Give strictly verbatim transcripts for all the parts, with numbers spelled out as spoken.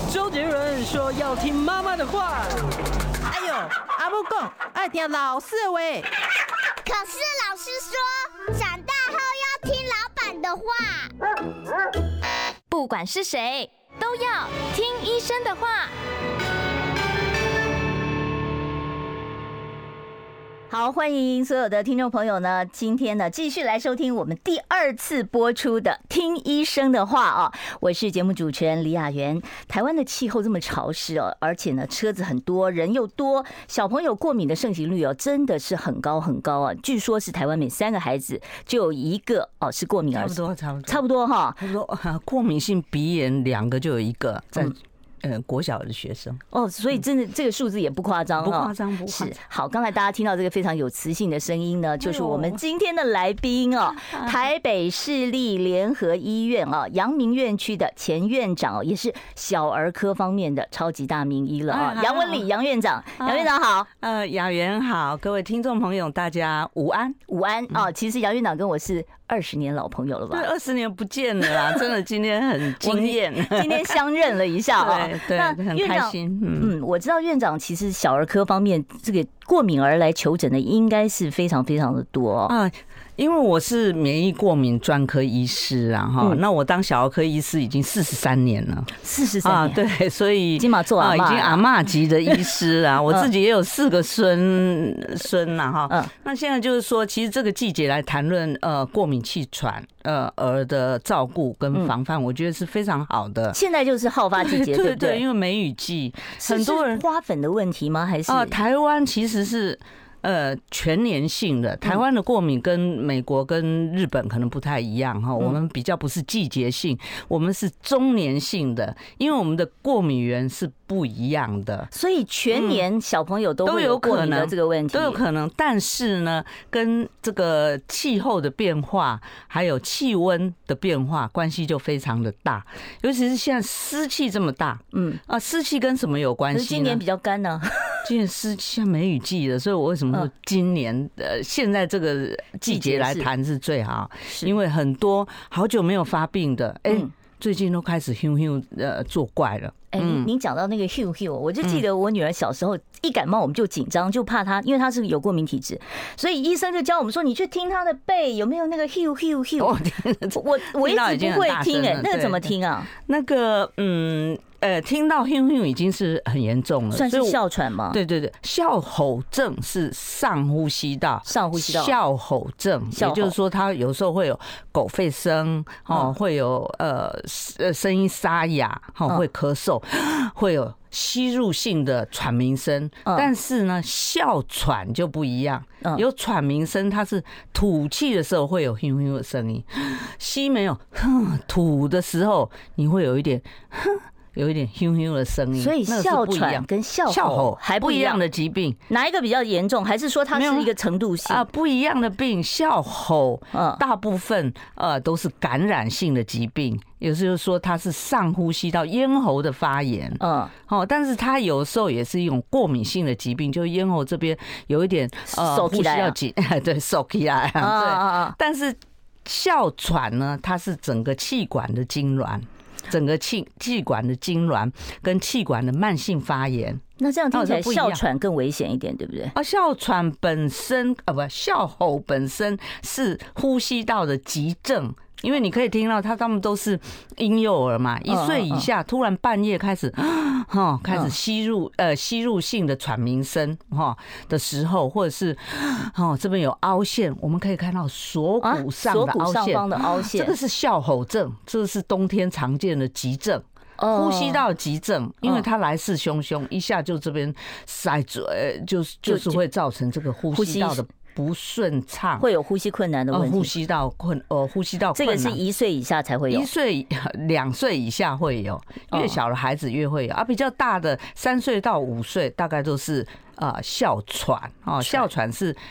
周杰伦说要听妈妈的话。 哎呦，阿母讲爱听老师的话。 可是老师说，长大后要听老板的话。 不管是谁，都要听医生的话。 好，欢迎所有的听众朋友呢，今天呢继续来收听我们第二次播出的《听医生的话》啊，我是节目主持人李雅媛。台湾的气候这么潮湿哦，而且呢车子很多，人又多，小朋友过敏的盛行率哦真的是很高很高啊。据说是台湾每三个孩子就有一个哦是过敏儿， 差不多差不多差不多哈。 差不多过敏性鼻炎两个就有一个在。嗯呃，国小的学生哦，所以真的这个数字也不夸张， 不夸张，不夸张。 是好，刚才大家听到这个非常有磁性的声音呢，就是我们今天的来宾哦，台北市立联合医院啊，阳明院区的前院长，也是小儿科方面的超级大名医了啊，杨文礼杨院长，杨院长好， 呃，雅媛好，各位听众朋友，大家午安， 午安啊。其实杨院长跟我是二十年老朋友了吧？ 对，二十年不见了啦，真的今天很惊艳， 今天相认了一下啊。 对，很开心。 嗯，我知道院长其实小儿科方面这个过敏儿来求诊的应该是非常非常的多啊。 因为我是免疫过敏专科医师啊，哈、嗯，那我当小儿科医师已经四十三年了， 四十三年、 啊，对，所以金马做阿嬷、 啊，已经阿嬷级的医师啊，我自己也有四个孙孙呐，哈，嗯，那现在就是说，其实这个季节来谈论呃过敏气喘呃儿的照顾跟防范，我觉得是非常好的。 现在就是好发季节，对不对？ 因为梅雨季，很多人花粉的问题吗？还是啊，台湾其实是。呃，全年性的台湾的过敏跟美国跟日本可能不太一样哈，我们比较不是季节性，我们是中年性的，因为我们的过敏源是不一样的， 所以全年小朋友都会有过敏的这个问题， 都有可能。但是呢，跟这个气候的变化还有气温的变化关系就非常的大，尤其是现在湿气这么大，嗯啊，湿气跟什么有关系呢？ 今年比较干呢、啊， 今年湿气梅雨季了，所以我为什么说今年呃现在这个季节来谈是最好，因为很多好久没有发病的，哎、欸，最近都开始咻咻呃作怪了。 哎、欸，你你讲到那个 Hugh Hugh， 我就记得我女儿小时候一感冒我们就紧张，就怕她，因为她是有过敏体质，所以医生就教我们说，你去听她的背有没有那个 Hugh Hugh Hugh。我我一直不会听哎、欸，那个怎么听啊？ 那个嗯。呃，听到 Hugh Hugh 已经是很严重了， 算是哮喘吗？ 对对对，哮吼症是上呼吸道， 上呼吸道哮吼症，也就是说，它有时候会有狗吠声，哦，会有呃呃声音沙哑，哦，会咳嗽，会有吸入性的喘鸣声。但是呢，哮喘就不一样，有喘鸣声，它是吐气的时候会有 Hugh Hugh 的声音，吸没有，吐的时候你会有一点。有一点哼哼的声音， 所以哮喘跟哮吼还不一样的疾病， 哪一个比较严重？还是说它是一个程度性啊？不一样的病，哮吼大部分呃都是感染性的疾病，也就是说它是上呼吸道咽喉的发炎，嗯，好，但是它有时候也是一种过敏性的疾病，就咽喉这边有一点呃呼吸道紧，对，收起来，对，但是哮喘呢，它是整个气管的痉挛。整个气气管的痉挛跟气管的慢性发炎， 那这样听起来哮喘更危险一点，对不对？ 啊，哮喘本身啊，不，哮吼本身是呼吸道的急症。因为你可以听到他他们都是婴幼儿嘛，一岁以下突然半夜开始哈开始吸入呃吸入性的喘鸣声哈的时候，或者是哦这边有凹陷，我们可以看到锁骨上的凹陷， 上方的凹陷， 这个是哮吼症，这个是冬天常见的急症。呼吸道急症，因为它来势汹汹，一下就这边塞住，就是就是会造成这个呼吸道的不顺畅， 会有呼吸困难的问题。 呼吸道困，呃，呼吸道困难， 这个是一岁以下才会有， 一岁、两岁以下会有，越小的孩子越会有，啊，比较大的三岁到五岁大概都是呃哮喘啊，哮喘是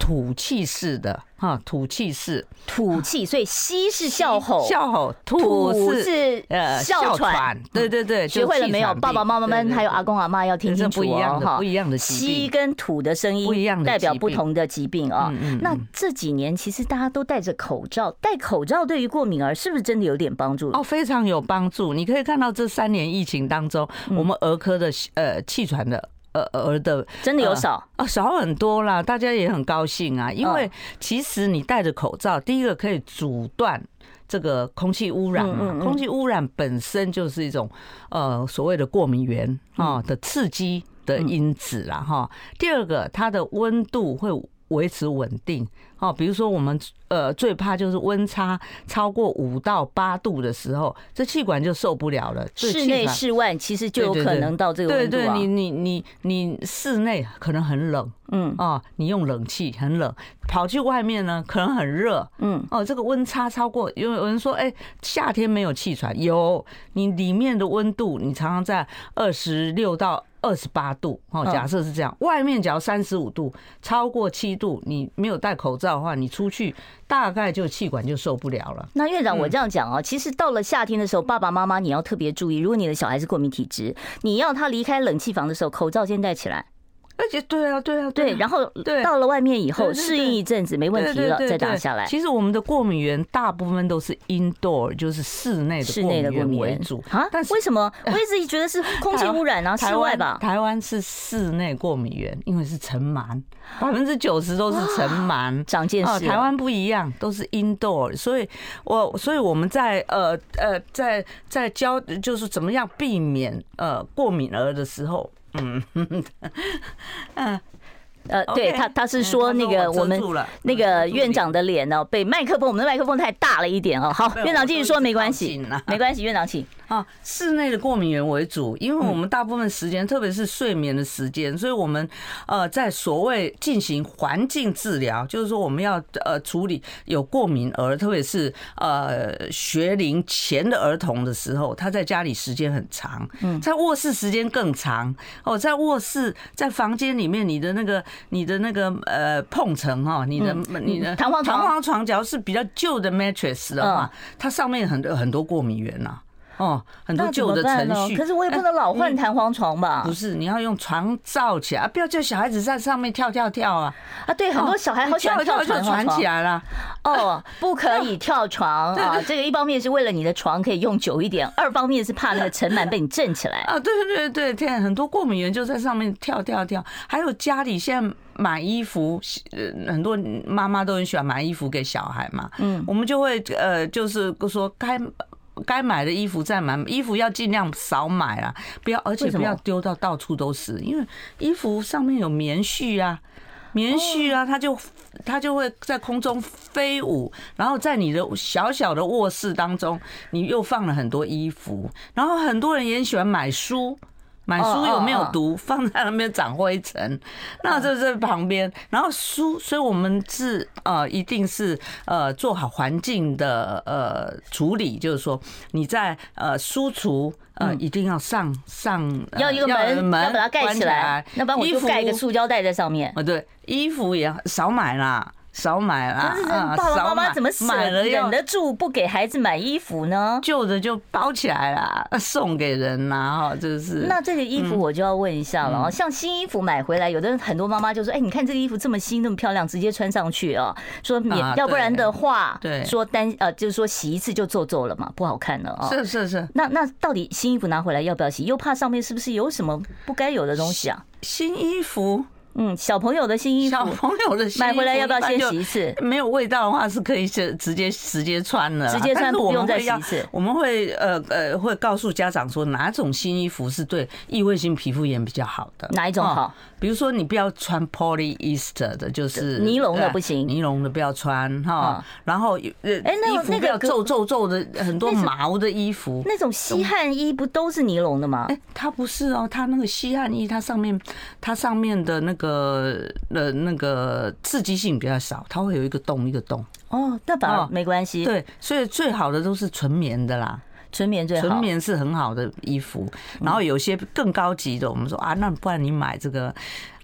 吐气式的哈，吐气式吐气，所以吸是笑吼， 笑吼，吐是呃哮喘。 对对对， 学会了没有？爸爸妈妈们还有阿公阿妈要听清楚哦， 哈，不一样的疾病， 吸跟吐的声音不一样的，代表不同的疾病啊。那这几年其实大家都戴着口罩，戴口罩对于过敏儿是不是真的有点帮助？ 哦，非常有帮助。你可以看到这三年疫情当中，我们儿科的呃气喘的。呃，儿的真的有少啊、呃，少很多啦，大家也很高兴啊，因为其实你戴着口罩，第一个可以阻断这个空气污染嘛，嗯嗯嗯空气污染本身就是一种呃所谓的过敏源啊的刺激的因子啦哈。第二个，它的温度会维持稳定。哦，比如说我们呃最怕就是温差超过五到八度的时候，这气管就受不了了。 室内室外其实就有可能到这个温度啊。 对对，你你你你室内可能很冷，嗯哦，你用冷气很冷，跑去外面呢可能很热，嗯哦，这个温差超过，有有人说，哎，夏天没有气喘，有，你里面的温度你常常在二十六到二十八度，哦，假设是这样，外面只要三十五度，超过七度，你没有戴口罩的话，你出去大概就气管就受不了了。 那院长，我这样讲啊，其实到了夏天的时候，爸爸妈妈你要特别注意，如果你的小孩是过敏体质，你要他离开冷气房的时候，口罩先戴起来。 而且对啊，对啊， 对，然后到了外面以后适应一阵子没问题了，再打下来。 其实我们的过敏源大部分都是 indoor， 就是室内的过敏源为主啊。但是为什么我一直觉得是空气污染啊？室外吧？ 台湾是室内过敏源，因为是尘螨，百分之九十都是尘螨。 长见识。 台湾不一样，都是 indoor， 所以我所以我们在呃呃在在教就是怎么样避免呃过敏儿的时候。嗯嗯呃，对他，他是说那个我们那个院长的脸呢，被麦克风，我们的麦克风太大了一点哦。好，院长继续说，没关系，没关系，院长请。 啊，室内的过敏源为主，因为我们大部分时间，特别是睡眠的时间，所以我们呃在所谓进行环境治疗，就是说我们要呃处理有过敏儿，特别是呃学龄前的儿童的时候，他在家里时间很长，在卧室时间更长哦，在卧室在房间里面，你的那个你的那个呃碰层哈，你的你的弹簧弹簧床，只要是比较旧的 mattress 的话，它上面很多很多过敏源呐。哦，很多旧的程序， 可是我也不能老换弹簧床吧？ 不是，你要用床罩起来，不要叫小孩子在上面跳跳跳啊！ 啊，对，很多小孩好喜欢跳就传起来了。 哦，不可以跳床啊！这个一方面是为了你的床可以用久一点，二方面是怕那个尘螨被你震起来啊！对对对对，很多过敏源就在上面跳跳跳。还有家里现在买衣服，很多妈妈都很喜欢买衣服给小孩嘛。嗯，我们就会呃，就是说该。该买的衣服再买，衣服要尽量少买啦，不要，而且不要丢到到处都是，因为衣服上面有棉絮啊，棉絮啊，它就它就会在空中飞舞，然后在你的小小的卧室当中，你又放了很多衣服，然后很多人也很喜欢买书。买书有没有读，放在那边长灰尘，那就在旁边。然后书，所以我们是呃，一定是呃做好环境的呃处理，就是说你在呃书橱呃一定要上上要一个门，要把它盖起来，要不然我就盖一个塑胶袋在上面。 啊，对，衣服也少买啦。少买啦！ 爸爸妈妈怎么买了忍得住不给孩子买衣服呢？ 旧的就包起来啦，送给人啦，哈，就是。 那这个衣服我就要问一下了，像新衣服买回来，有的人很多妈妈就说：“哎，你看这个衣服这么新，那么漂亮，直接穿上去啊。”说免，要不然的话，对，说单呃，就是说洗一次就皱皱了嘛，不好看了啊。 是是是。 那那到底新衣服拿回来要不要洗？又怕上面是不是有什么不该有的东西啊？ 新衣服。 嗯，小朋友的新衣服， 小朋友的新衣服买回来要不要先洗一次？ 没有味道的话是可以直接直接穿了， 直接穿不用再洗一次。 我们会呃呃会告诉家长说哪种新衣服是对异位性皮肤炎比较好的， 哪一种好？ 比如说你不要穿 polyester 的，就是尼龙的不行， 尼龙的不要穿哈。然后呃，衣服不要皱皱皱的很多毛的衣服。 那种吸汗衣不都是尼龙的吗？ 哎，它不是哦，它那个吸汗衣，它上面它上面的那个。呃呃，那个刺激性比较少，它会有一个洞一个洞。 哦，那反而没关系。 对，所以最好的都是纯棉的啦， 纯棉最好， 纯棉是很好的衣服。然后有些更高级的，我们说啊，那不然你买这个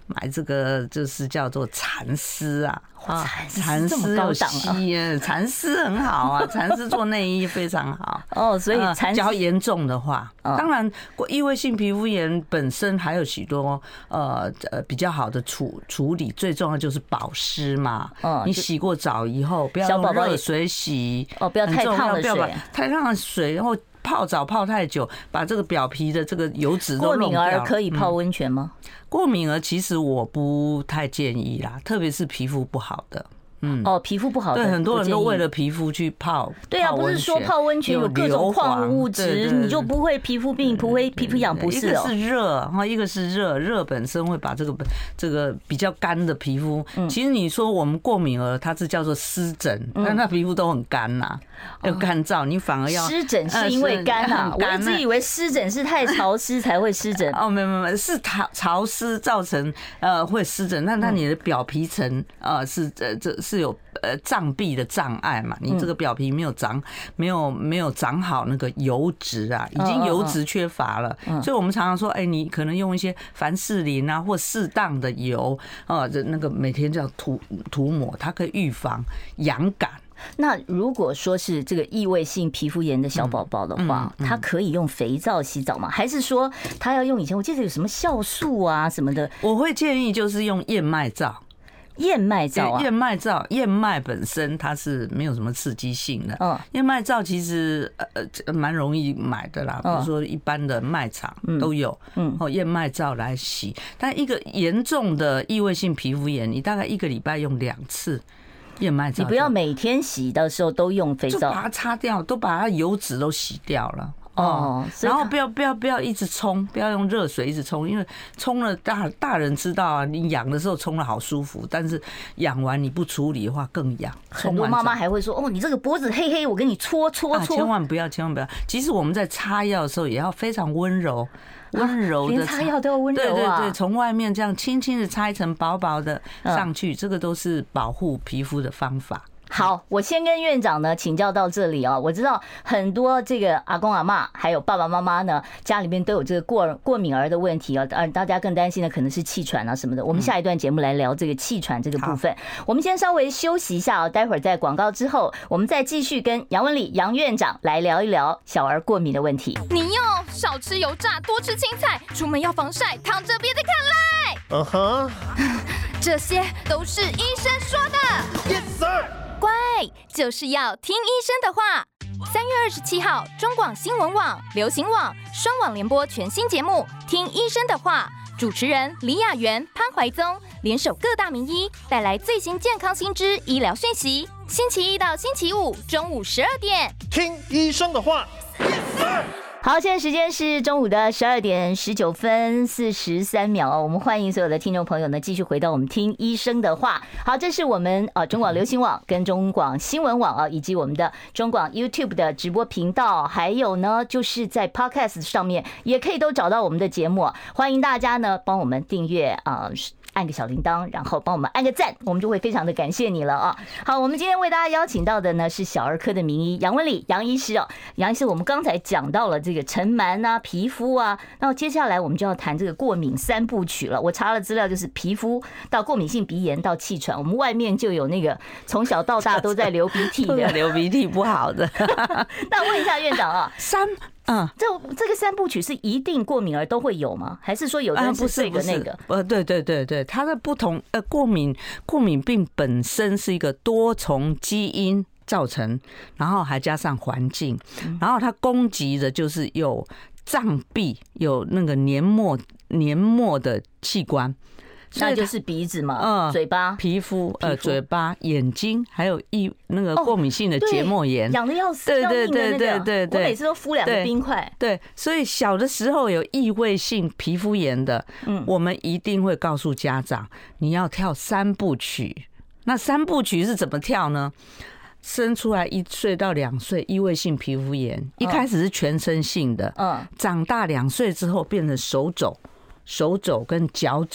买这个就是叫做蚕丝啊。 啊，蚕丝有吸啊，蚕丝很好啊，蚕丝做内衣非常好哦。所以蚕丝， 比较严重的话，当然异位性皮肤炎本身还有许多呃呃比较好的处处理，最重要就是保湿嘛。嗯，你洗过澡以后不要用热水洗哦，不要太烫的水， 太烫的水，然后泡澡泡太久，把这个表皮的这个油脂都弄掉。 过敏儿可以泡温泉吗？ 过敏儿其实我不太建议啦，特别是皮肤不好的。嗯，哦， 皮肤不好的， 对，很多人都为了皮肤去泡。 对啊，不是说泡温泉有各种矿物质，你就不会皮肤病，不会皮肤痒，不是哦。 一个是热，然后一个是热，热本身会把这个这个比较干的皮肤，其实你说我们过敏儿，它是叫做湿疹，但它皮肤都很干呐，又干燥，你反而要湿疹是因为干啊，我一直以为湿疹是太潮湿才会湿疹。 哦，没有没有，是潮潮湿造成呃会湿疹，但它你的表皮层呃是这这是。是有呃障壁的障碍嘛？你这个表皮没有长，没有没有长好那个油脂啊，已经油脂缺乏了。所以我们常常说，哎，你可能用一些凡士林啊，或适当的油啊，这那个每天这样涂涂抹，它可以预防痒感。 那如果说是这个异位性皮肤炎的小宝宝的话，嗯嗯嗯、他可以用肥皂洗澡吗？还是说他要用以前我记得有什么酵素啊什么的？ 我会建议就是用燕麦皂。 燕麦皂啊， 燕麦皂，燕麦本身它是没有什么刺激性的。嗯，燕麦皂其实呃蛮容易买的啦，比如说一般的卖场都有。嗯，哦，燕麦皂来洗。但一个严重的异位性皮肤炎，你大概一个礼拜用两次燕麦皂， 你不要每天洗的时候都用肥皂， 就把它擦掉，都把它油脂都洗掉了。哦，然后不要不要不要一直冲，不要用热水一直冲，因为冲了大大人知道啊，你痒的时候冲了好舒服，但是痒完你不处理的话更痒。 很多妈妈还会说，哦，你这个脖子黑黑，我给你搓搓搓。 千万不要，千万不要。其实我们在擦药的时候也要非常温柔。温柔的， 连擦药都要温柔啊！ 对对对，从外面这样轻轻的擦一层薄薄的上去，这个都是保护皮肤的方法。 好，我先跟院长呢请教到这里啊。我知道很多这个阿公阿嬷还有爸爸妈妈呢，家里面都有这个过过敏儿的问题啊。呃，大家更担心的可能是气喘啊什么的。我们下一段节目来聊这个气喘这个部分。我们先稍微休息一下啊，待会儿在广告之后，我们再继续跟杨文礼杨院长来聊一聊小儿过敏的问题。 你要少吃油炸，多吃青菜，出门要防晒，躺着别再看赖。嗯哼，这些都是医生说的。Yes sir。乖，就是要听医生的话。三月二十七号，中广新闻网、流行网双网联播全新节目《听医生的话》，主持人李雅媛、潘怀宗联手各大名医，带来最新健康新知、医疗讯息。星期一到星期五中午十二点， 听医生的话。 好，现在时间是中午的十二点十九分四十三秒哦。我们欢迎所有的听众朋友呢，继续回到我们听医生的话。好，这是我们呃中广流行网跟中广新闻网啊，以及我们的中广 YouTube 的直播频道，还有呢就是在 Podcast 上面也可以都找到我们的节目。欢迎大家呢帮我们订阅啊。呃按个小铃铛，然后帮我们按个赞，我们就会非常的感谢你了啊！好，我们今天为大家邀请到的呢是小儿科的名医杨文礼杨医师哦。杨医师，我们刚才讲到了这个尘螨啊、皮肤啊，那接下来我们就要谈这个过敏三部曲了。我查了资料，就是皮肤到过敏性鼻炎到气喘，我们外面就有那个从小到大都在流鼻涕的， 流鼻涕不好的。 那问一下院长啊， 三。嗯， 这这个三部曲是一定过敏儿都会有吗？还是说有的人是这个那个？ 呃，对对对对，它的不同呃，过敏过敏病本身是一个多重基因造成，然后还加上环境，然后它攻击的就是有脏壁、有那个黏膜黏膜的器官。 那就是鼻子嘛，嗯，嘴巴、 皮肤、呃，嘴巴、眼睛，还有异那个过敏性的结膜炎， 痒的要死， 对对对对对对， 我每次都敷两个冰块。 对，所以小的时候有异位性皮肤炎的，嗯，我们一定会告诉家长，你要跳三部曲。那三部曲是怎么跳呢？生出来一岁到两岁，异位性皮肤炎，一开始是全身性的，嗯，长大两岁之后变成手肘。手肘跟脚肘，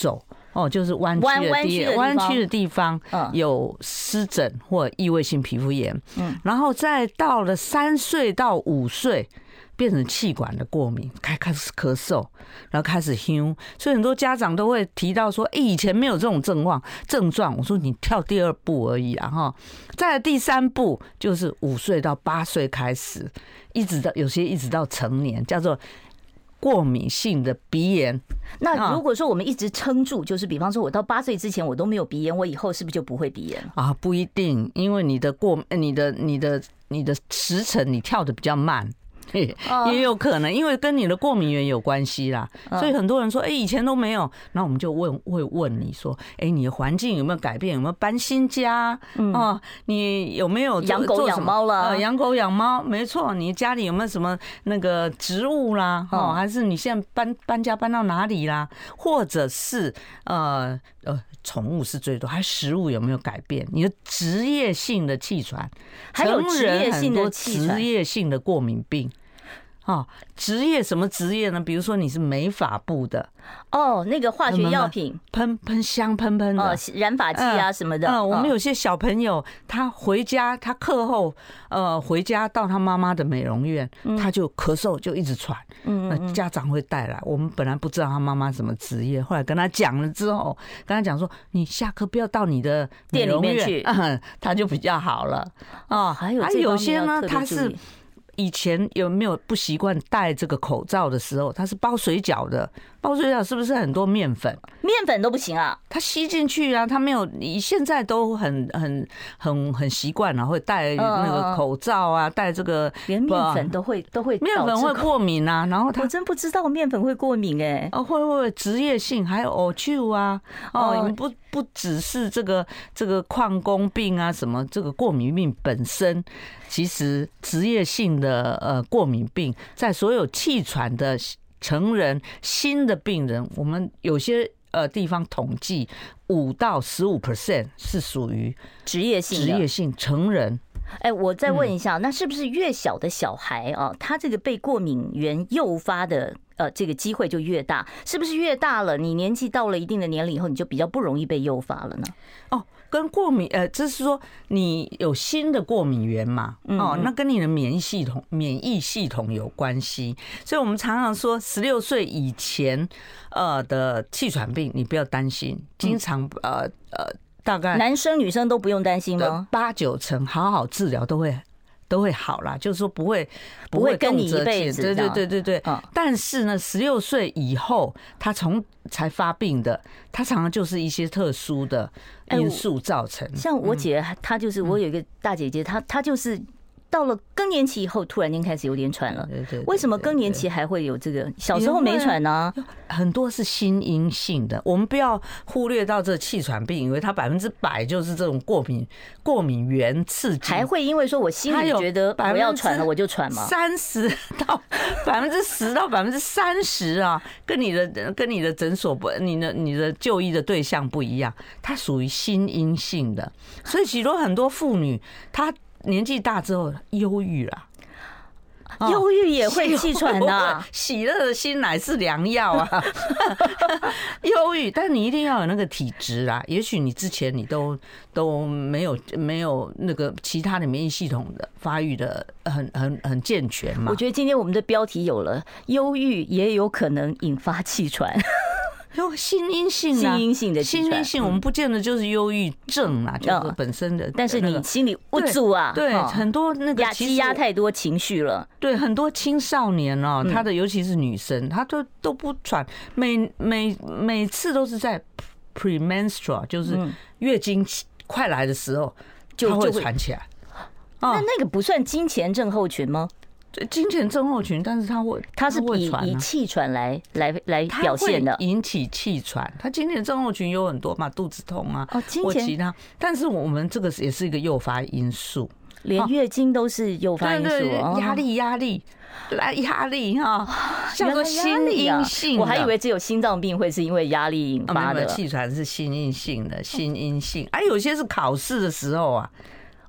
哦，就是弯曲的地弯曲的地方有湿疹或异位性皮肤炎，嗯，然后再到了三岁到五岁。变成气管的过敏，开开始咳嗽，然后开始哼，所以很多家长都会提到说，哎、欸，以前没有这种症状症状。我说你跳第二步而已啦哈，再来第三步就是五岁到八岁开始，一直到有些一直到成年，叫做过敏性的鼻炎。 那如果说我们一直撑住，就是比方说我到八岁之前我都没有鼻炎，我以后是不是就不会鼻炎啊？不一定，因为你的过你的你的你的时辰你跳的比较慢。也有可能，因为跟你的过敏源有关系啦，所以很多人说，哎、欸，以前都没有，那我们就问会问你说，哎、欸，你的环境有没有改变？有没有搬新家？嗯、哦，你有没有养狗养猫了？ 呃，养狗养猫，没错，你家里有没有什么那个植物啦？哦，还是你现在搬搬家搬到哪里啦？或者是呃呃。宠物是最多，还食物有没有改变？你的职业性的气喘， 还有职业性的气喘，职业性的过敏病。哦，职业什么职业呢？比如说你是美发部的， 哦，那个化学药品喷喷香喷喷的， 哦，染发剂啊什么的。 嗯，我们有些小朋友他回家，他课后呃回家到他妈妈的美容院，他就咳嗽就一直喘，嗯，那家长会带来。我们本来不知道他妈妈什么职业，后来跟他讲了之后，跟他讲说，你下课不要到你的店里面去， 嗯，他就比较好了。哦， 还有有些呢，他是。以前有没有不习惯戴这个口罩的时候，它是包水饺的，包水饺是不是很多面粉？ 面粉都不行啊， 它吸进去啊，它没有。你现在都很很很很习惯了，会戴那个口罩啊，戴这个连面粉都会都会面粉会过敏啊。然后它我真不知道面粉会过敏哎、欸， 哦会会职业性还有呕吐啊，哦你不不只是这个这个矿工病啊什么这个过敏病本身。其实职业性的呃过敏病，在所有气喘的成人新的病人，我们有些呃地方统计五到十五 percent 是属于职业性职业性成人。 哎，我再问一下，那是不是越小的小孩啊，他这个被过敏源诱发的呃这个机会就越大？是不是越大了，你年纪到了一定的年龄以后，你就比较不容易被诱发了呢？ 哦。跟过敏，呃，就是说你有新的过敏源嘛，哦，那跟你的免疫系统、免疫系统有关系，所以我们常常说，十六岁以前，呃的气喘病，你不要担心，经常呃呃，大概男生女生都不用担心吗？ 八九成好好治疗都会。都会好啦，就是说不会不会跟你一辈子， 对对对对对。嗯、但是呢，十六岁以后，他从才发病的，他常常就是一些特殊的因素造成。 欸、像我姐，她就是我有一个大姐姐，她她就是到了更年期以后，突然间开始有点喘了。对对。为什么更年期还会有这个？小时候没喘呢？ 很多是心因性的，我们不要忽略到这气喘病，以为它百分之百就是这种过敏过敏源刺激。 还会因为说我心里觉得我要喘了，我就喘吗？ 三十到百分之十到百分之三十啊，跟你的跟你的诊所不，你的你的就医的对象不一样，它属于心因性的，所以许多很多妇女她。年纪大之后忧郁了， 忧郁也会气喘的。 喜乐的心乃是良药啊！忧郁，但你一定要有那个体质啊。也许你之前你都都没有没有那个其他的免疫系统的发育的很很很健全嘛。 我觉得今天我们的标题有了，忧郁也有可能引发气喘。 有心因性啊， 心因性的心因性，我们不见得就是忧郁症啊，就是本身的。 但是你心里无助啊， 对，很多那个积压太多情绪了。 对，很多青少年哦，他的尤其是女生，她都都不喘，每每每次都是在 premenstrual， 就是月经快来的时候就会喘起来。 那那个不算经前症候群吗？ 经前症候群，但是它会， 它是以以气喘来来来表现的， 引起气喘。它经前症候群有很多嘛，肚子痛啊， 哦， 或其他。但是我们这个也是一个诱发因素， 连月经都是诱发因素， 压力压力来压力哈，叫做心因性。 我还以为只有心脏病会是因为压力引发的， 气喘是心因性的，心因性。哎，有些是考试的时候啊。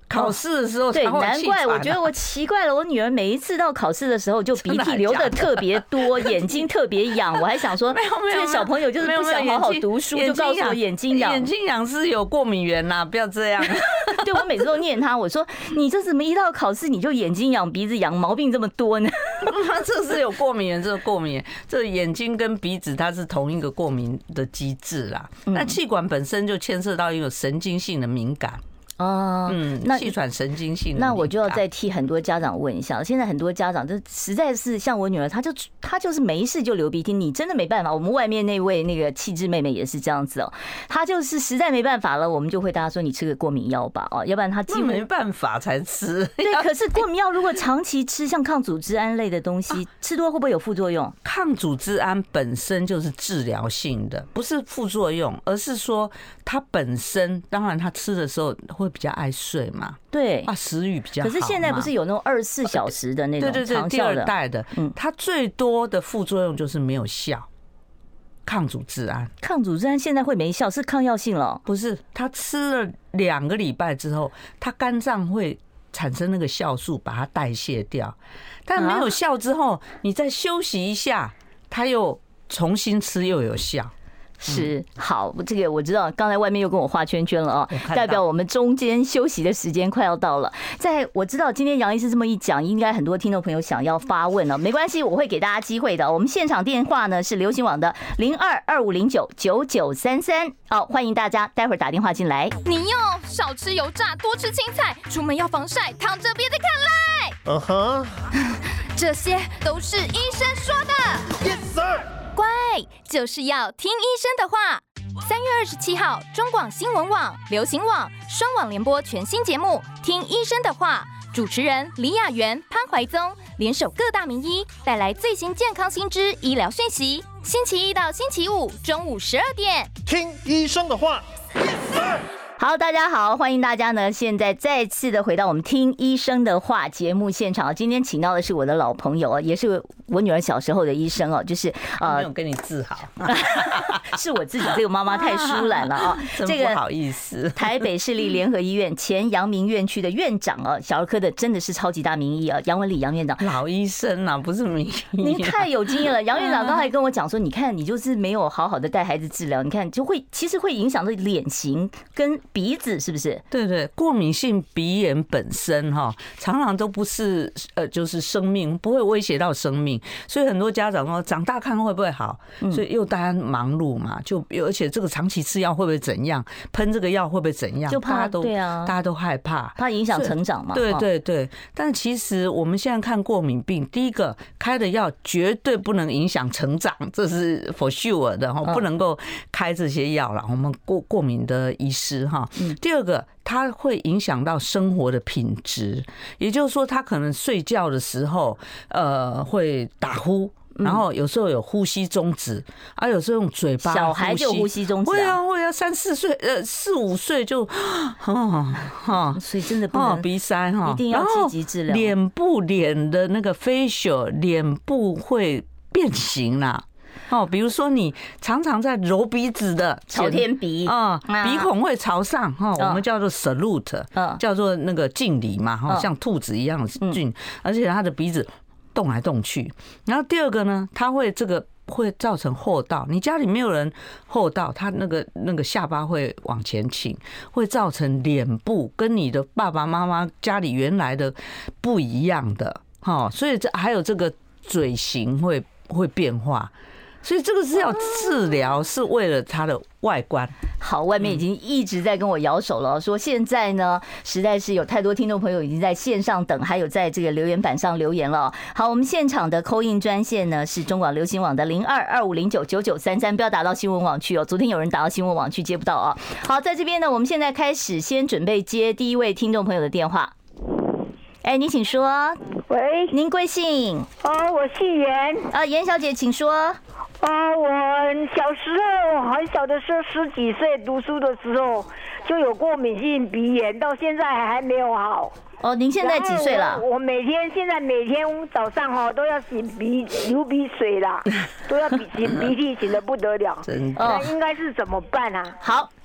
考试的时候才对， 会难怪我觉得我奇怪了，我女儿每一次到考试的时候就鼻涕流的特别多，眼睛特别痒，我还想说，这个小朋友就是不想好好读书，就告诉我眼睛痒。 眼睛痒是有过敏源呐，不要这样。 对，我每次都念他，我说你这怎么一到考试你就眼睛痒、鼻子痒，毛病这么多呢？ 这是有过敏源，这个过敏源，这眼睛跟鼻子它是同一个过敏的机制啦。那气管本身就牵涉到一个神经性的敏感。哦，嗯，那气喘神经性的， 那我就要再替很多家长问一下，现在很多家长就实在是像我女儿，她就她就是没事就流鼻涕，你真的没办法。我们外面那位那个气质妹妹也是这样子哦，她就是实在没办法了，我们就会大家说你吃个过敏药吧，哦，要不然她几乎没办法才吃。 对，可是过敏药如果长期吃，像抗组织胺类的东西，吃多会不会有副作用？ 抗组织胺本身就是治疗性的，不是副作用，而是说它本身，当然它吃的时候会比较爱睡嘛， 对啊，食欲比较好。 可是现在不是有那种二十四小时的那种长效的， 对对对，第二代的，嗯，它最多的副作用就是没有效。抗组织胺， 抗组织胺现在会没效，是抗药性了？ 不是，它吃了两个礼拜之后，它肝脏会产生那个酵素，把它代谢掉。但没有效之后，你再休息一下，它又重新吃又有效。 是，好，这个我知道，刚才外面又跟我画圈圈了啊，代表我们中间休息的时间快要到了。在我知道今天杨医师这么一讲，应该很多听众朋友想要发问了，没关系，我会给大家机会的。我们现场电话呢是流行网的零二二五零九九九三三，好，欢迎大家待会儿打电话进来。 你要少吃油炸，多吃青菜，出门要防晒，躺着别再看赖。嗯哼，这些都是医生说的。Yes sir。乖，就是要听医生的话。三月二十七号，中广新闻网、流行网双网联播全新节目《听医生的话》，主持人李雅媛、潘怀宗联手各大名医，带来最新健康新知、医疗讯息。星期一到星期五中午十二点， 听医生的话。 好，大家好，欢迎大家呢，现在再次的回到我们听医生的话节目现场。今天请到的是我的老朋友，也是我女儿小时候的医生哦，就是呃，没有跟你自豪， 是我自己这个妈妈太疏懒了啊， 真不好意思。 台北市立联合医院前阳明院区的院长哦，小儿科的真的是超级大名医啊，杨文礼杨院长， 老医生啊，不是名医。 您太有经验了，杨院长刚才跟我讲说，你看你就是没有好好的带孩子治疗，你看就会其实会影响到脸型跟鼻子，是不是？ 对对，过敏性鼻炎本身哈，常常都不是呃，就是生命不会威胁到生命，所以很多家长说长大看会不会好，所以又大家忙碌嘛，就而且这个长期吃药会不会怎样，喷这个药会不会怎样， 就怕都对啊， 大家都害怕， 怕影响成长嘛。 对对对，但其实我们现在看过敏病，第一个开的药绝对不能影响成长，这是 for sure 的哈，不能够开这些药了。我们过过敏的医师哈。第二个，它会影响到生活的品质，也就是说，他可能睡觉的时候，呃，会打呼，然后有时候有呼吸中止，啊，有时候用嘴巴。 小孩就有呼吸中止、啊， 会啊会啊，三四岁呃四五岁就，哦哦，所以真的不能鼻塞哈， 一定要积极治疗。 脸部脸的那个 facial 脸部会变形啦。哦，比如说你常常在揉鼻子的朝天鼻啊，鼻孔会朝上哈，我们叫做 salute， 叫做那个敬礼嘛哈，像兔子一样的敬，而且他的鼻子动来动去。然后第二个呢，它会这个会造成后道，你家里没有人后道，他那个那个下巴会往前倾，会造成脸部跟你的爸爸妈妈家里原来的不一样的哈，所以这还有这个嘴型会会变化。所以这个是要治疗，是为了它的外观。 好，外面已经一直在跟我摇手了，说现在呢，实在是有太多听众朋友已经在线上等，还有在这个留言板上留言了。好，我们现场的 call in 专线呢是中广流行网的零二二五零九九九三三，不要打到新闻网去哦。昨天有人打到新闻网去接不到啊。好，在这边呢，我们现在开始先准备接第一位听众朋友的电话。哎，你请说。 喂， 您贵姓？ 哦，我姓严。 啊，严小姐，请说。 啊，我小时候很小的时候，十几岁读书的时候就有过敏性鼻炎，到现在还没有好。 哦，您现在几岁了？ 我, 我每天现在每天早上哈都要擤鼻流鼻水啦，都要擤鼻涕，擤得不得了。那应该是怎么办啊？ 好。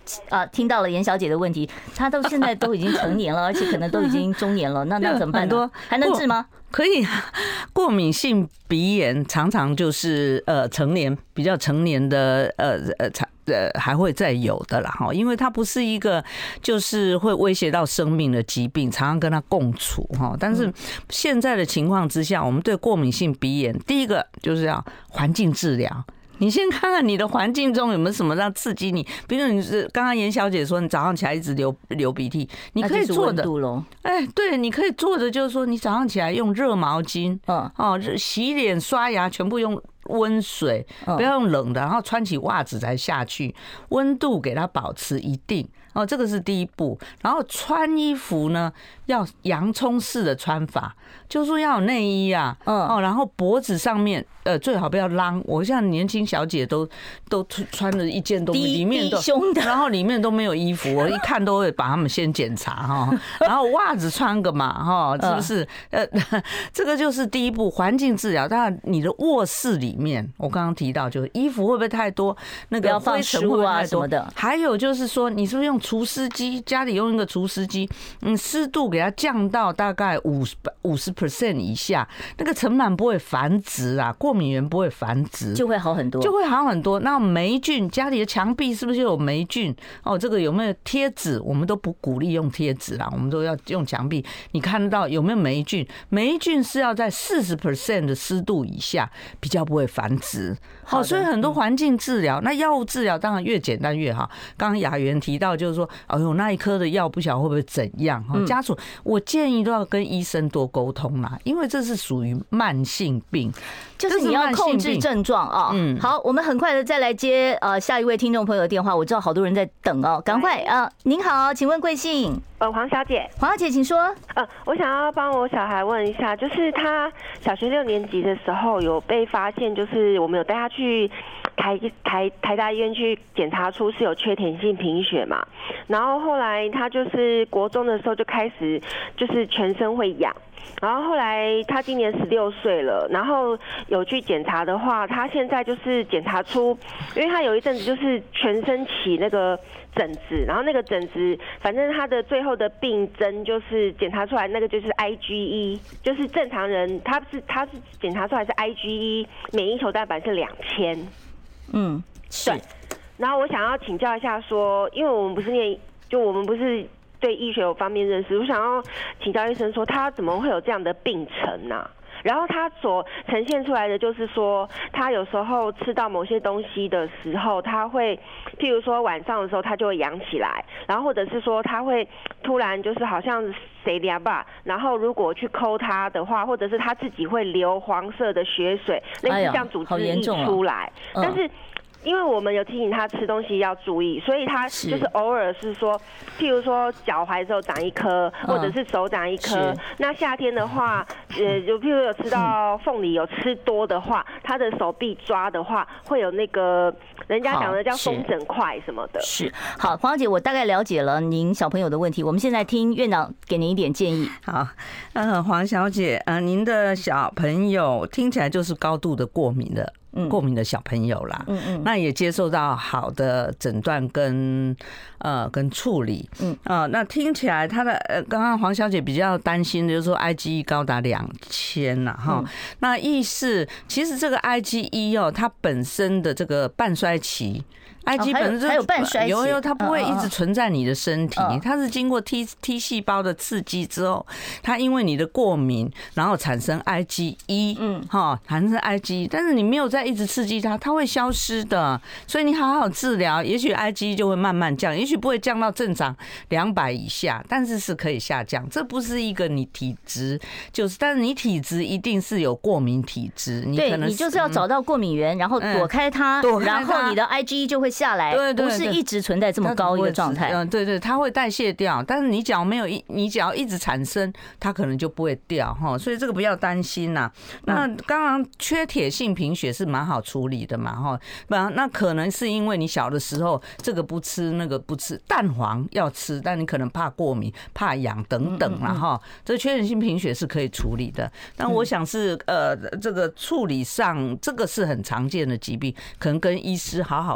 啊，听到了严小姐的问题，她到现在都已经成年了，而且可能都已经中年了，那那怎么办呢？还能治吗？ 可以，过敏性鼻炎常常就是呃成年比较成年的呃呃呃还会再有的啦哈，因为它不是一个就是会威胁到生命的疾病，常常跟它共处哈。但是现在的情况之下，我们对过敏性鼻炎，第一个就是要环境治疗。你先看看你的环境中有没有什么让刺激你，比如你是刚刚严小姐说你早上起来一直流流鼻涕，你可以做的，哎，对，你可以做的就是说你早上起来用热毛巾，嗯，哦，洗脸刷牙全部用温水，不要用冷的，然后穿起袜子才下去，温度给它保持一定。哦，这个是第一步。然后穿衣服呢，要洋葱式的穿法，就是说要有内衣啊，嗯，哦，然后脖子上面，呃，最好不要啷。我像年轻小姐都都穿了一件东西，里面都，然后里面都没有衣服，我一看都会把他们先检查哈。然后袜子穿个嘛，哈，是不是？呃，这个就是第一步，环境治疗。当然，你的卧室里面，我刚刚提到，就是衣服会不会太多？那个灰尘会不会太多？还有就是说，你是不是用除湿机，家里用一个除湿机，嗯，湿度给它降到大概五十五十 percent 以下，那个尘螨不会繁殖啊，过敏源不会繁殖， 就会好很多， 就会好很多。那霉菌，家里的墙壁是不是就有霉菌？哦，这个有没有贴纸？我们都不鼓励用贴纸啦，我们都要用墙壁。你看到有没有霉菌？霉菌是要在四十 percent 的湿度以下，比较不会繁殖。好，所以很多环境治疗，那药物治疗当然越简单越好。刚刚雅媛提到就是说，哎呦，那一颗的药不晓得会不会怎样？家属，我建议都要跟医生多沟通啦，因为这是属于慢性病， 就是你要控制症状啊。嗯，好，我们很快的再来接呃下一位听众朋友的电话，我知道好多人在等哦，赶快啊！您好，请问贵姓？ 呃，黄小姐。 黄小姐，请说。 呃，我想要帮我小孩问一下，就是他小学六年级的时候有被发现，就是我们有带他去台台台大医院去检查出是有缺铁性贫血嘛，然后后来他就是国中的时候就开始就是全身会痒。然后后来他今年十六岁了，然后有去检查的话，他现在就是检查出，因为他有一阵子就是全身起那个疹子，然后那个疹子，反正他的最后的病征就是检查出来那个就是 I G E， 就是正常人他是他是检查出来是 I G E 免疫球蛋白是两千， 嗯，是。 然后我想要请教一下说，因为我们不是念，就我们不是。对医学有方面认识，我想要请教医生说，他怎么会有这样的病程呢、啊？然后他所呈现出来的就是说，他有时候吃到某些东西的时候，他会，譬如说晚上的时候，他就会痒起来，然后或者是说他会突然就是好像谁凉吧，然后如果去抠他的话，或者是他自己会流黄色的血水，类似像组织液出来，哎、但是。因为我们有提醒他吃东西要注意，所以他就是偶尔是说，譬如说脚踝的时候长一颗，或者是手长一颗。那夏天的话，呃，就譬如有吃到凤梨有吃多的话，他的手臂抓的话，会有那个人家讲的叫风疹块什么的。 是，好，黄小姐，我大概了解了您小朋友的问题，我们现在听院长给您一点建议。 好，呃，黄小姐，呃，您的小朋友听起来就是高度的过敏的。过敏的小朋友啦，嗯嗯，那也接受到好的诊断跟呃跟处理，嗯啊，那听起来他的呃，刚刚黄小姐比较担心的就是说 I G E 高达两千呐哈，那意思其实这个 I G E 哦，它本身的这个半衰期。I G 本身还有半衰期， 有有，它不会一直存在你的身体，它是经过 T T 细胞的刺激之后，它因为你的过敏，然后产生 I G E， 嗯，哈，产生 I G E， 但是你没有再一直刺激它，它会消失的。所以你好好治疗，也许 I G E 就会慢慢降，也许不会降到正常两百以下，但是是可以下降。这不是一个你体质，就是，但是你体质一定是有过敏体质，你可能你就是要找到过敏源，然后躲开它，然后你的 I G E 就会下来，对对对，不是一直存在这么高一个状态。 嗯，对对，它会代谢掉，但是你只要没有一，你只要一直产生，它可能就不会掉哈。所以这个不要担心呐。那刚刚缺铁性贫血是蛮好处理的嘛哈，不然那可能是因为你小的时候这个不吃那个不吃，蛋黄要吃，但你可能怕过敏、怕痒等等啦哈。这个缺铁性贫血是可以处理的，但我想是呃这个处理上，这个是很常见的疾病，可能跟医师好好的合作。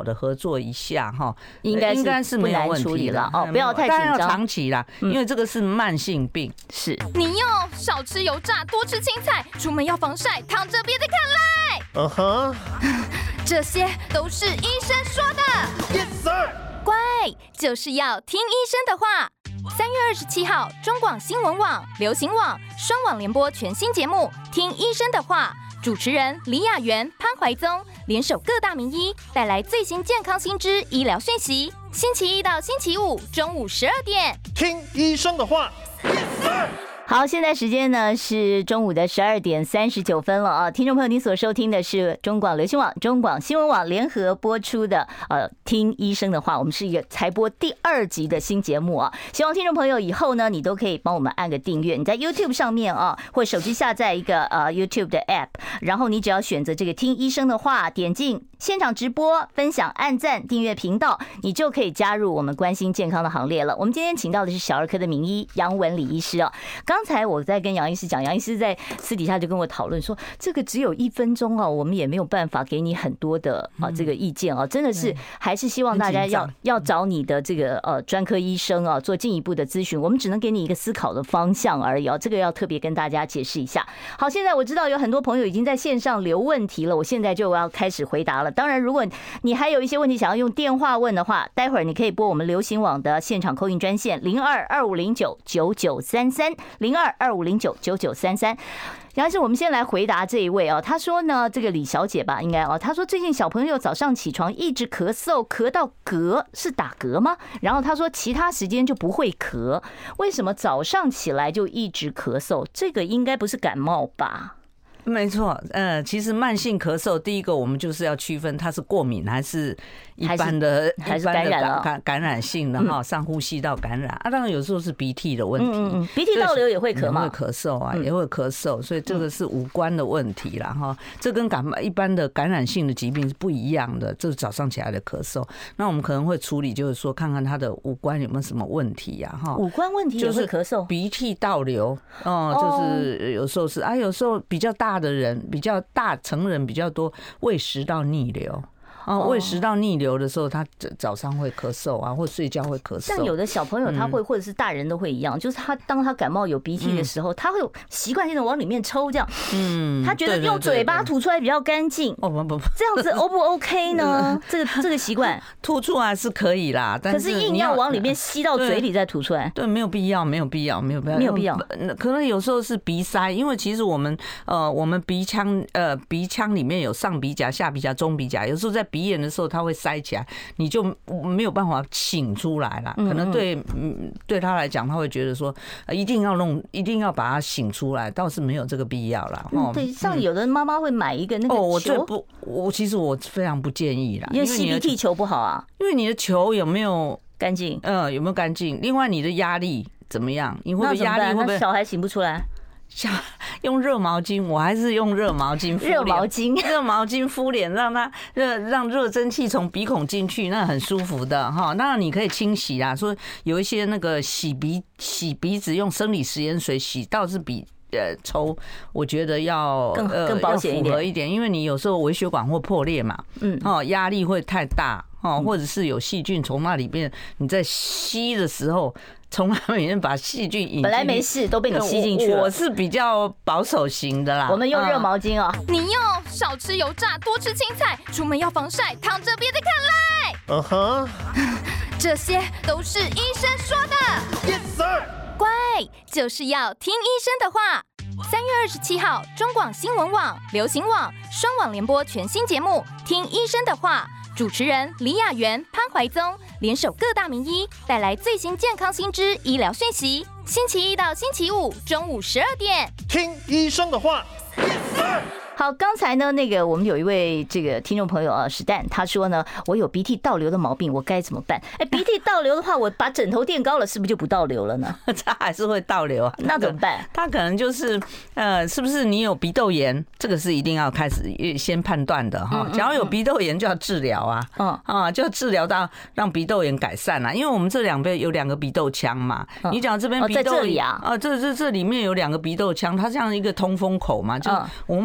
做一下哈， 应该应该是没有问题了哦，不要太紧张， 要长期啦，因为这个是慢性病。 是， 你要少吃油炸，多吃青菜，出门要防晒，躺着别再看赖。嗯哼，这些都是医生说的。Yes sir。乖，就是要听医生的话。三月二十七号，中广新闻网、流行网双网联播全新节目《听医生的话》，主持人李雅媛、潘怀宗联手各大名医，带来最新健康新知、医疗讯息。星期一到星期五中午十二点， 听医生的话。 好，现在时间呢是中午的十二点三十九分了啊！听众朋友，您所收听的是中广流行网、中广新闻网联合播出的呃《听医生的话》，我们是一个才播第二集的新节目啊！希望听众朋友以后呢，你都可以帮我们按个订阅。你在 YouTube 上面啊，或手机下载一个呃 YouTube 的 App， 然后你只要选择这个《听医生的话》，点进现场直播、分享、按赞、订阅频道，你就可以加入我们关心健康的行列了。我们今天请到的是小儿科的名医杨文礼医师啊。刚才我在跟杨医师讲，杨医师在私底下就跟我讨论说，这个只有一分钟啊，我们也没有办法给你很多的啊这个意见啊，真的是还是希望大家要要找你的这个呃专科医生啊做进一步的咨询，我们只能给你一个思考的方向而已啊，这个要特别跟大家解释一下。好，现在我知道有很多朋友已经在线上留问题了，我现在就要开始回答了。当然，如果你还有一些问题想要用电话问的话，待会儿你可以拨我们流行网的现场call in专线零二二五零九九九三三零二二五零九九九三三。然后我们先来回答这一位哦，他说呢，这个李小姐吧，应该哦，他说最近小朋友早上起床一直咳嗽，咳到嗝，是打嗝吗？然后他说其他时间就不会咳，为什么早上起来就一直咳嗽？这个应该不是感冒吧？ 没错，呃，其实慢性咳嗽，第一个我们就是要区分它是过敏还是一般的、 还是感染感感染性的哈，上呼吸道感染啊。当然有时候是鼻涕的问题， 嗯嗯鼻涕倒流也会咳嘛， 会咳嗽啊，也会咳嗽，所以这个是无关的问题啦哈。这跟感冒一般的感染性的疾病是不一样的，这是早上起来的咳嗽。那我们可能会处理，就是说看看它的五官有没有什么问题呀哈。 五官问题也会咳嗽， 鼻涕倒流哦，就是有时候是啊，有时候比较大的人，比较大成人比较多，胃食道逆流。哦，胃食道逆流的时候，他早上会咳嗽啊，或睡觉会咳嗽。 像有的小朋友他会，或者是大人都会一样，就是他当他感冒有鼻涕的时候，他会有习惯性的往里面抽，这样，嗯，他觉得用嘴巴吐出来比较干净。哦不不不，这样子 O 不 OK 呢？这个这个习惯吐出来是可以啦，但是可是硬要往里面吸到嘴里再吐出来， 对，没有必要，没有必要，没有必要， 没有必要。 可能有时候是鼻塞，因为其实我们呃我们鼻腔呃鼻腔里面有上鼻夹、下鼻夹、中鼻夹，有时候在鼻炎的时候它会塞起来，你就没有办法擤出来啦。可能对对他来讲，他会觉得说一定要弄，一定要把它擤出来，倒是没有这个必要啦。 嗯，对，像有的妈妈会买一个那个球， 哦，我最不，我其实我非常不建议啦， 因为吸鼻涕球不好啊， 因为你的球有没有干净？ 嗯，有没有干净？另外，你的压力怎么样？你会不会压力会不会？ 小孩擤不出来？ 像用热毛巾，我还是用热毛巾敷脸。 热毛巾， 热毛巾敷脸，让它热，让热蒸汽从鼻孔进去，那很舒服的哈。当然你可以清洗啦，说有一些那个洗鼻洗鼻子用生理食盐水洗，倒是比呃抽，我觉得要更更保险一点，因为你有时候微血管会破裂嘛，嗯，哦，压力会太大哦，或者是有细菌从那里面，你在吸的时候。从那里面把细菌引进， 本来没事都被你吸进去了。 我是比较保守型的啦。 我们用热毛巾啊。 你要少吃油炸，多吃青菜，出门要防晒，躺着别再看赖。嗯哼，这些都是医生说的。Yes sir。乖，就是要听医生的话。三月二十七号，中广新闻网、流行网双网联播全新节目《听医生的话》。主持人李雅媛、潘怀宗联手各大名医，带来最新健康新知、医疗讯息。星期一到星期五中午十二点， 听医生的话。 好，刚才呢，那个我们有一位这个听众朋友啊，史蛋，他说呢，我有鼻涕倒流的毛病，我该怎么办？哎，鼻涕倒流的话，我把枕头垫高了，是不是就不倒流了呢？ 它还是会倒流啊， 那怎么办？ 它可能就是呃，是不是你有鼻窦炎？这个是一定要开始先判断的哈。假如有鼻窦炎，就要治疗啊，嗯啊，就要治疗到让鼻窦炎改善啊，因为我们这两边有两个鼻窦腔嘛，你讲这边鼻窦在这里啊， 啊，这这这里面有两个鼻窦腔，它像一个通风口嘛，就我们发音。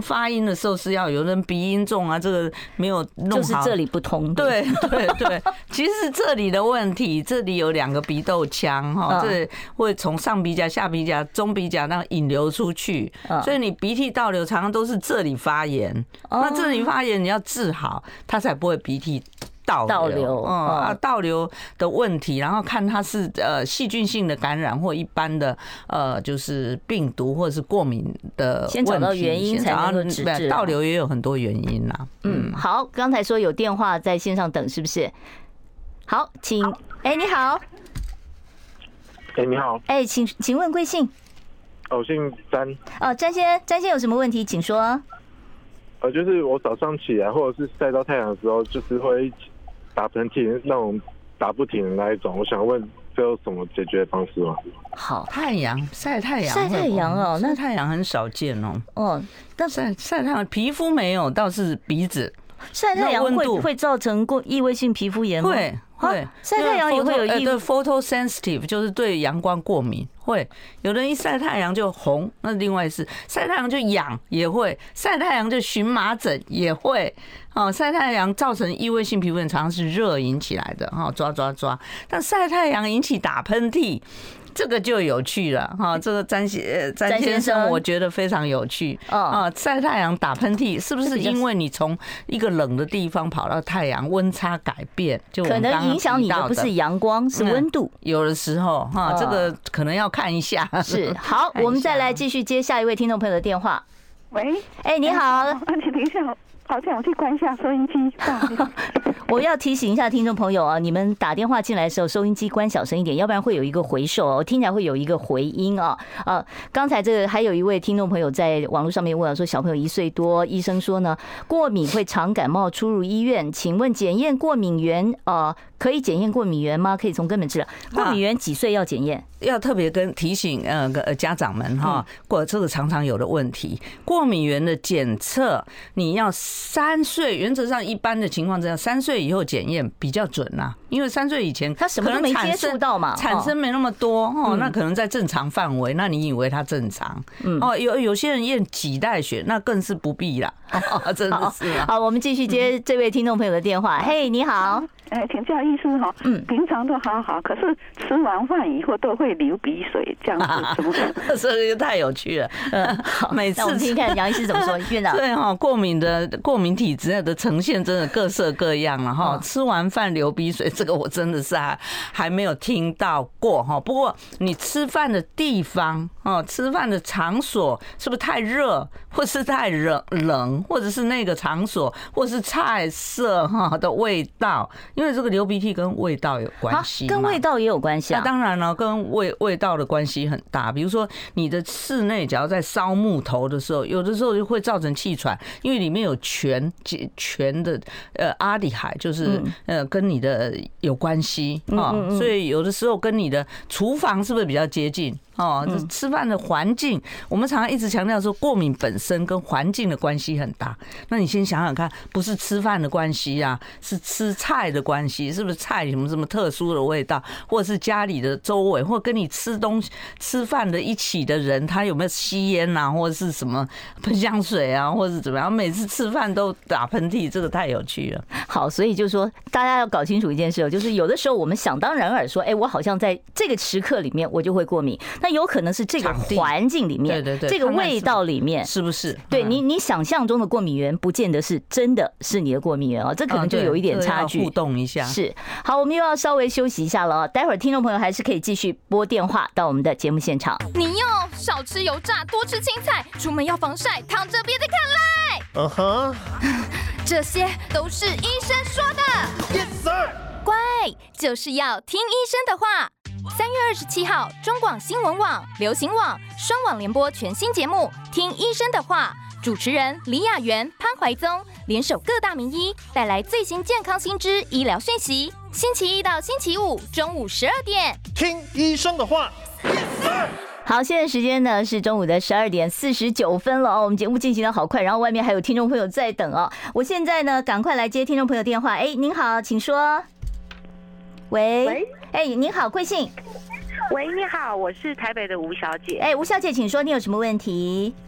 音的时候是要有人鼻音重啊，这个没有弄好， 就是这里不通。 对对对，其实这里的问题，这里有两个鼻窦腔哈，这会从上鼻夹、下鼻夹、中鼻夹那引流出去，所以你鼻涕倒流常常都是这里发炎。那这里发炎你要治好，它才不会鼻涕倒流，倒流，嗯啊，倒流的问题，然后看它是呃细菌性的感染或一般的呃就是病毒或者是过敏的问题， 先找到原因才能够治治。 倒流也有很多原因啦。 嗯，好，刚才说有电话在线上等，是不是？好，请，哎、欸，你好， 哎、欸，你好， 哎、欸，请请问贵姓？ 我姓詹。 哦，詹先，詹先有什么问题，请说。 呃，就是我早上起来或者是晒到太阳的时候，就是会打喷嚏，那种打不停的那一种。我想问，这有什么解决方式吗？ 好， 太阳晒太阳， 晒太阳哦， 那太阳很少见哦。 哦， 但晒晒太阳，皮肤没有，倒是鼻子晒太阳会会造成过异位性皮肤炎吗？ 会。会晒太阳也会有异， 对 photosensitive 就是对阳光过敏，会有人一晒太阳就红，那另外是晒太阳就痒也会，晒太阳就荨麻疹也会，哦，晒太阳造成异位性皮肤炎常常是热引起来的，哈，抓抓抓，但晒太阳引起打喷嚏。这个就有趣了哈，这个詹先詹先生，我觉得非常有趣啊。晒太阳打喷嚏，是不是因为你从一个冷的地方跑到太阳，温差改变，就可能影响你的不是阳光，是温度。 有的时候哈，这个可能要看一下。 是好，我们再来继续接下一位听众朋友的电话。 喂， 哎，你好， 等一下，好像我去关一下收音机。 我要提醒一下听众朋友啊，你们打电话进来的时候，收音机关小声一点，要不然会有一个回授哦，听起来会有一个回音啊。呃，刚才这个还有一位听众朋友在网络上面问说，小朋友一岁多，医生说呢，过敏会常感冒，出入医院，请问检验过敏源呃，可以检验过敏源吗？可以从根本治疗。过敏源几岁要检验？ 要特别跟提醒呃家长们哈，过这个常常有的问题，过敏源的检测，你要三岁，原则上一般的情况之下，三岁以后检验比较准啦，因为三岁以前他什么都没接触到嘛， 产生没那么多哦，那可能在正常范围，那你以为他正常？哦，有有些人验脐带血，那更是不必啦，真的是。 好，我们继续接这位听众朋友的电话。嘿，你好。 哎，请教医师哈，嗯，平常都好好，可是吃完饭以后都会流鼻水，这样子怎么？ 这个太有趣了。嗯，每次我们听看杨医师怎么说，院长。 对哈，过敏的过敏体质的呈现真的各色各样了哈。吃完饭流鼻水，这个我真的是还还没有听到过哈。不过你吃饭的地方哦，吃饭的场所是不是太热，或是太冷冷，或者是那个场所，或是菜色哈的味道？因为这个流鼻涕跟味道有关系， 跟味道也有关系啊。 那当然了，跟味味道的关系很大。比如说你的室内，只要在烧木头的时候，有的时候就会造成气喘，因为里面有醛醛的呃阿迪海，就是呃跟你的有关系啊，所以有的时候跟你的厨房是不是比较接近？哦，这吃饭的环境，我们常常一直强调说，过敏本身跟环境的关系很大。那你先想想看，不是吃饭的关系啊，是吃菜的关系，是不是菜什么什么特殊的味道，或者是家里的周围，或跟你吃东西、吃饭的一起的人，他有没有吸烟啊，或者是什么喷香水啊，或者是怎么样？每次吃饭都打喷嚏，这个太有趣了。 好，所以就说大家要搞清楚一件事，就是有的时候我们想当然尔说，哎，我好像在这个时刻里面我就会过敏。那有可能是这个环境里面， 对对对， 这个味道里面， 是不是？ 对你，你想象中的过敏源，不见得是真的是你的过敏源哦，这可能就有一点差距。 互动一下是好，我们又要稍微休息一下了哦。待会儿听众朋友还是可以继续拨电话到我们的节目现场。 你哟，少吃油炸，多吃青菜，出门要防晒，躺着别再看赖。嗯哼，这些都是医生说的。Yes sir， 乖，就是要听医生的话。三月二十七号，中广新闻网、流行网双网联播全新节目《听医生的话》，主持人李雅媛、潘怀宗联手各大名医，带来最新健康新知、医疗讯息。星期一到星期五中午十二点， 听医生的话。 好，现在时间呢是中午的十二点四十九分了哦。我们节目进行的好快，然后外面还有听众朋友在等哦。我现在呢赶快来接听众朋友电话。哎，您好，请说。喂。喂。哎，您好，贵姓？ 喂，你好，我是台北的吴小姐。 哎，吴小姐，请说，你有什么问题？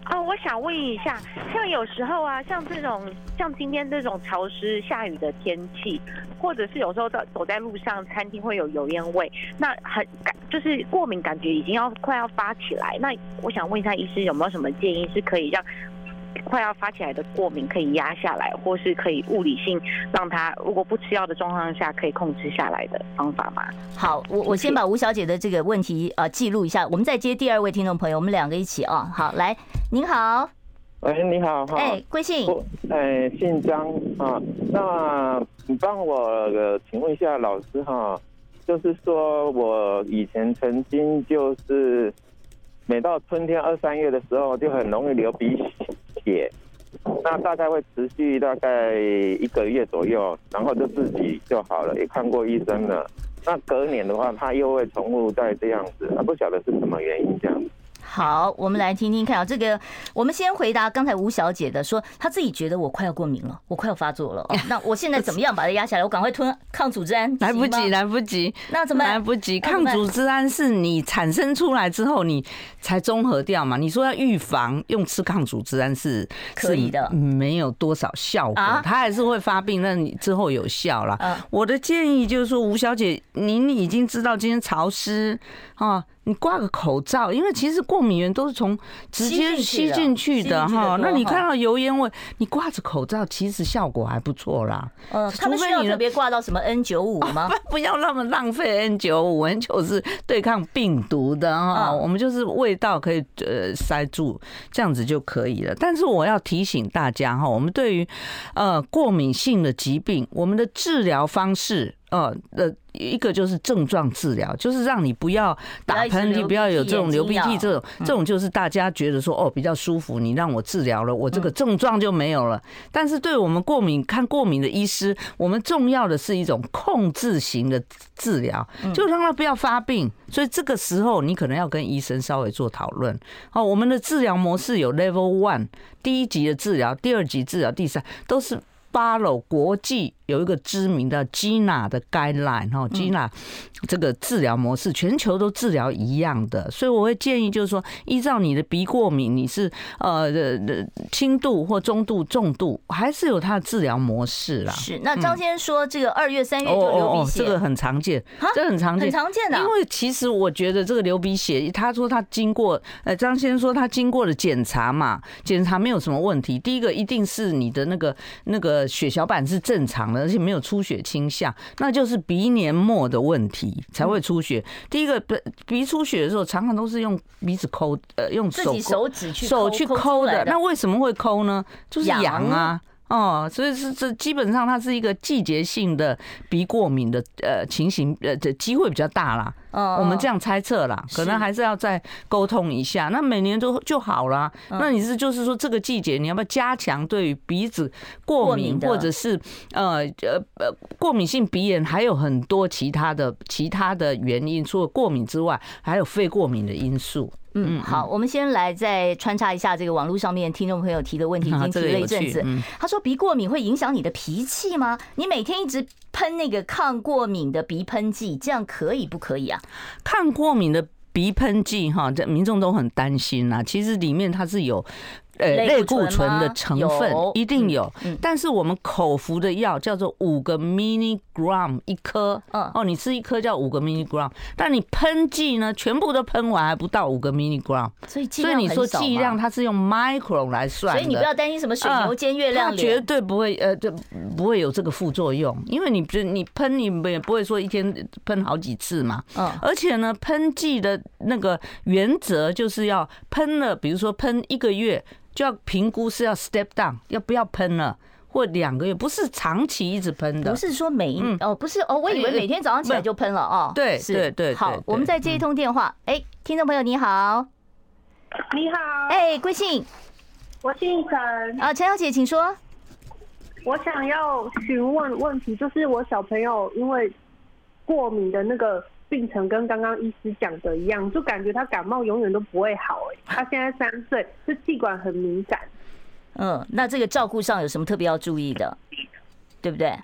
哦，我想问一下，像有时候啊，像这种像今天这种潮湿下雨的天气，或者是有时候在走在路上，餐厅会有油烟味，那很感就是过敏感觉已经要快要发起来。那我想问一下医师，有没有什么建议是可以让快要发起来的过敏可以压下来，或是可以物理性让它如果不吃药的状况下可以控制下来的方法吗？ 好，我我先把吴小姐的这个问题呃记录一下，我们再接第二位听众朋友，我们两个一起啊、哦。好，来，您好。 喂，你好哈。 哎，贵姓？ 哎，姓张啊。那你帮我、呃、请问一下老师哈，就是说我以前曾经就是每到春天二三月的时候就很容易流鼻血，那大概会持续大概一个月左右，然后就自己就好了，也看过医生了。那隔年的话，它又会重复再这样子，啊，不晓得是什么原因这样子。 好，我们来听听看啊。这个，我们先回答刚才吴小姐的，说她自己觉得我快要过敏了，我快要发作了、哦。那我现在怎么样把它压下来？我赶快吞抗组织胺。 来不及，来不及。 那怎么办？ 来不及。抗组织胺是你产生出来之后，你才中和掉嘛。你说要预防，用吃抗组织胺是可以的， 没有多少效果，啊、它还是会发病，那你之后有效啦。啊、我的建议就是说，吴小姐，您已经知道今天潮湿啊。你挂个口罩，因为其实过敏源都是从直接吸进去的哈。那你看到油烟味，你挂着口罩，其实效果还不错啦。 呃，他们需要特别挂到什么 N 九十五 吗？ 不，不要那么浪费 N 九十五，N 九十五是对抗病毒的哈。我们就是味道可以呃塞住，这样子就可以了。但是我要提醒大家哈，我们对于呃过敏性的疾病，我们的治疗方式。呃呃，一个就是症状治疗，就是让你不要打喷嚏，不要有这种流鼻涕，这种这种就是大家觉得说哦比较舒服，你让我治疗了，我这个症状就没有了。但是对我们过敏看过敏的医师，我们重要的是一种控制型的治疗，就让他不要发病。所以这个时候你可能要跟医生稍微做讨论。哦，我们的治疗模式有 Level One 第一级的治疗，第二级治疗，第三都是。follow 国际有一个知名的 G I N A 的 guideline 哈 ，G I N A 这个治疗模式，全球都治疗一样的，所以我会建议就是说，依照你的鼻过敏，你是呃轻度或中度、重度，还是有它的治疗模式啦。 是，那张先生说这个二月、三月就流鼻血， 这个很常见，这很常见， 很常见的。 因为其实我觉得这个流鼻血，他说他经过呃张先生说他经过了检查嘛，检查没有什么问题。第一个一定是你的那个那个。血小板是正常的，而且没有出血倾向，那就是鼻黏膜的问题才会出血。第一个鼻出血的时候，常常都是用鼻子抠，呃，用手自己手指去手去抠的。那为什么会抠呢？就是痒啊。哦，所以是这基本上它是一个季节性的鼻过敏的呃情形，呃的机会比较大啦。哦，我们这样猜测啦，可能还是要再沟通一下。那每年都就好啦。那你是就是说这个季节你要不要加强对于鼻子过敏，或者是呃呃呃过敏性鼻炎，还有很多其他的其他的原因，除了过敏之外，还有非过敏的因素。 嗯，好，我们先来再穿插一下这个网络上面听众朋友提的问题，已经提了一阵子。他说鼻过敏会影响你的脾气吗？你每天一直喷那个抗过敏的鼻喷剂，这样可以不可以啊？ 抗过敏的鼻喷剂哈，这民众都很担心啊。其实里面它是有。呃，类固醇的成分一定有，但是我们口服的药叫做五个 milligram 一颗，哦，你吃一颗叫五个 milligram， 但你喷剂呢，全部都喷完还不到五个 milligram， 所以所以你说剂量它是用 micro 来算的， 所以你不要担心什么水牛肩月亮脸， 绝对不会呃，就不会有这个副作用，因为你你喷你也不会说一天喷好几次嘛，嗯，而且呢，喷剂的那个原则就是要喷了，比如说喷一个月。就要评估是要 step down， 要不要喷了，或两个月，不是长期一直喷的。 不是说每嗯哦，不是哦，我以为每天早上起来就喷了哦。 对对对， 好，我们再接一通电话。哎，听众朋友你好， 你好， 哎，贵姓？ 我姓陈。 啊，陈小姐，请说。 我想要询问问题，就是我小朋友因为过敏的那个。病程跟刚刚医师讲的一样，就感觉他感冒永远都不会好。哎，他现在三岁，这气管很敏感。 嗯，那这个照顾上有什么特别要注意的，对不对？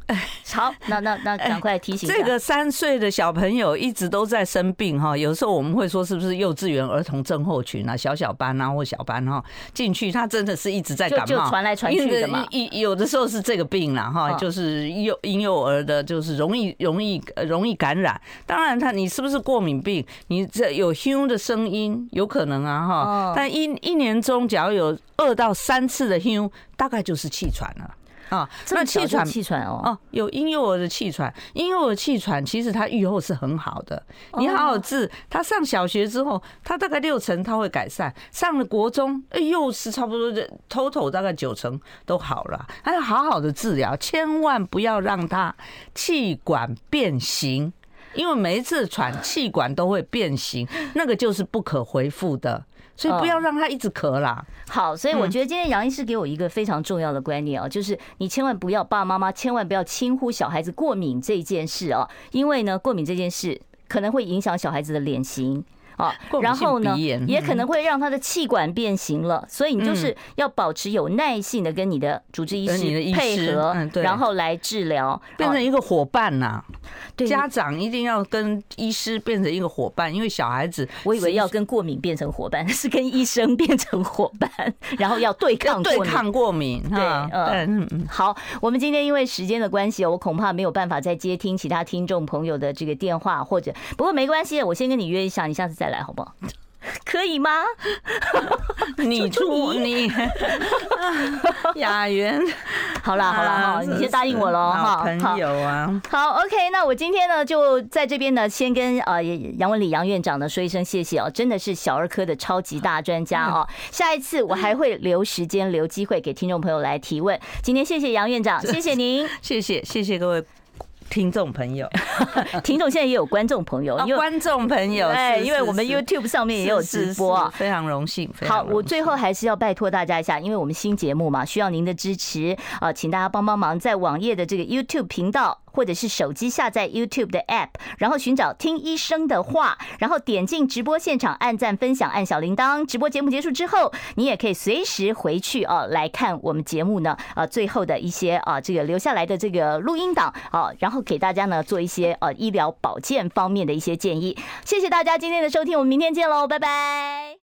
好，那那那赶快提醒一下。 这个三岁的小朋友一直都在生病哈，有时候我们会说是不是幼稚园儿童症候群啊，小小班啊或小班哈进去，他真的是一直在感冒， 就传来传去的嘛。 有的时候是这个病啦哈，就是幼婴幼儿的，就是容易容易容易感染。当然，他你是不是过敏病？你这有咻的声音，有可能啊哈。但一一年中，假如有二到三次的咻，大概就是气喘了。啊， 那气喘气喘哦， 哦，有婴幼儿的气喘，婴幼儿气喘其实它预后是很好的。你好好治，他上小学之后，他大概六成他会改善；上了国中，又是差不多的 total 大概九成都好了。还要好好的治疗，千万不要让他气管变形，因为每一次喘气管都会变形，那个就是不可回复的。所以不要让他一直咳啦。 好，所以我觉得今天杨医师给我一个非常重要的观念啊，就是你千万不要爸爸妈妈千万不要轻忽小孩子过敏这件事啊，因为呢，过敏这件事可能会影响小孩子的脸型。啊，然后呢，也可能会让他的气管变形了，所以你就是要保持有耐性的跟你的主治医师配合，然后来治疗， 变成一个伙伴呐。家长一定要跟医师变成一个伙伴，因为小孩子， 我以为要跟过敏变成伙伴，是跟医生变成伙伴，然后要对抗对抗过敏。 对，嗯嗯。好，我们今天因为时间的关系，我恐怕没有办法再接听其他听众朋友的这个电话，或者不过没关系，我先跟你约一下，你下次再来好不好？可以吗？ 你出你雅媛， 好啦好啦哈，你先答应我喽哈， 朋友啊。 好 ，OK， 那我今天呢就在这边呢，先跟呃杨文礼杨院长呢说一声谢谢哦，真的是小儿科的超级大专家哦。下一次我还会留时间留机会给听众朋友来提问。今天谢谢杨院长，谢谢您， 谢谢谢谢各位。听众朋友， 听众现在也有观众朋友， 因为观众朋友， 哎，因为我们 YouTube 上面也有直播， 非常荣幸。 好，我最后还是要拜托大家一下，因为我们新节目嘛，需要您的支持啊，请大家帮帮忙，在网页的这个 YouTube 频道，或者是手机下载 YouTube 的 App， 然后寻找听医生的话，然后点进直播现场，按赞分享，按小铃铛。直播节目结束之后，你也可以随时回去啊来看我们节目呢啊最后的一些啊这个留下来的这个录音档啊，然后给大家呢做一些呃医疗保健方面的一些建议。谢谢大家今天的收听，我们明天见喽，拜拜。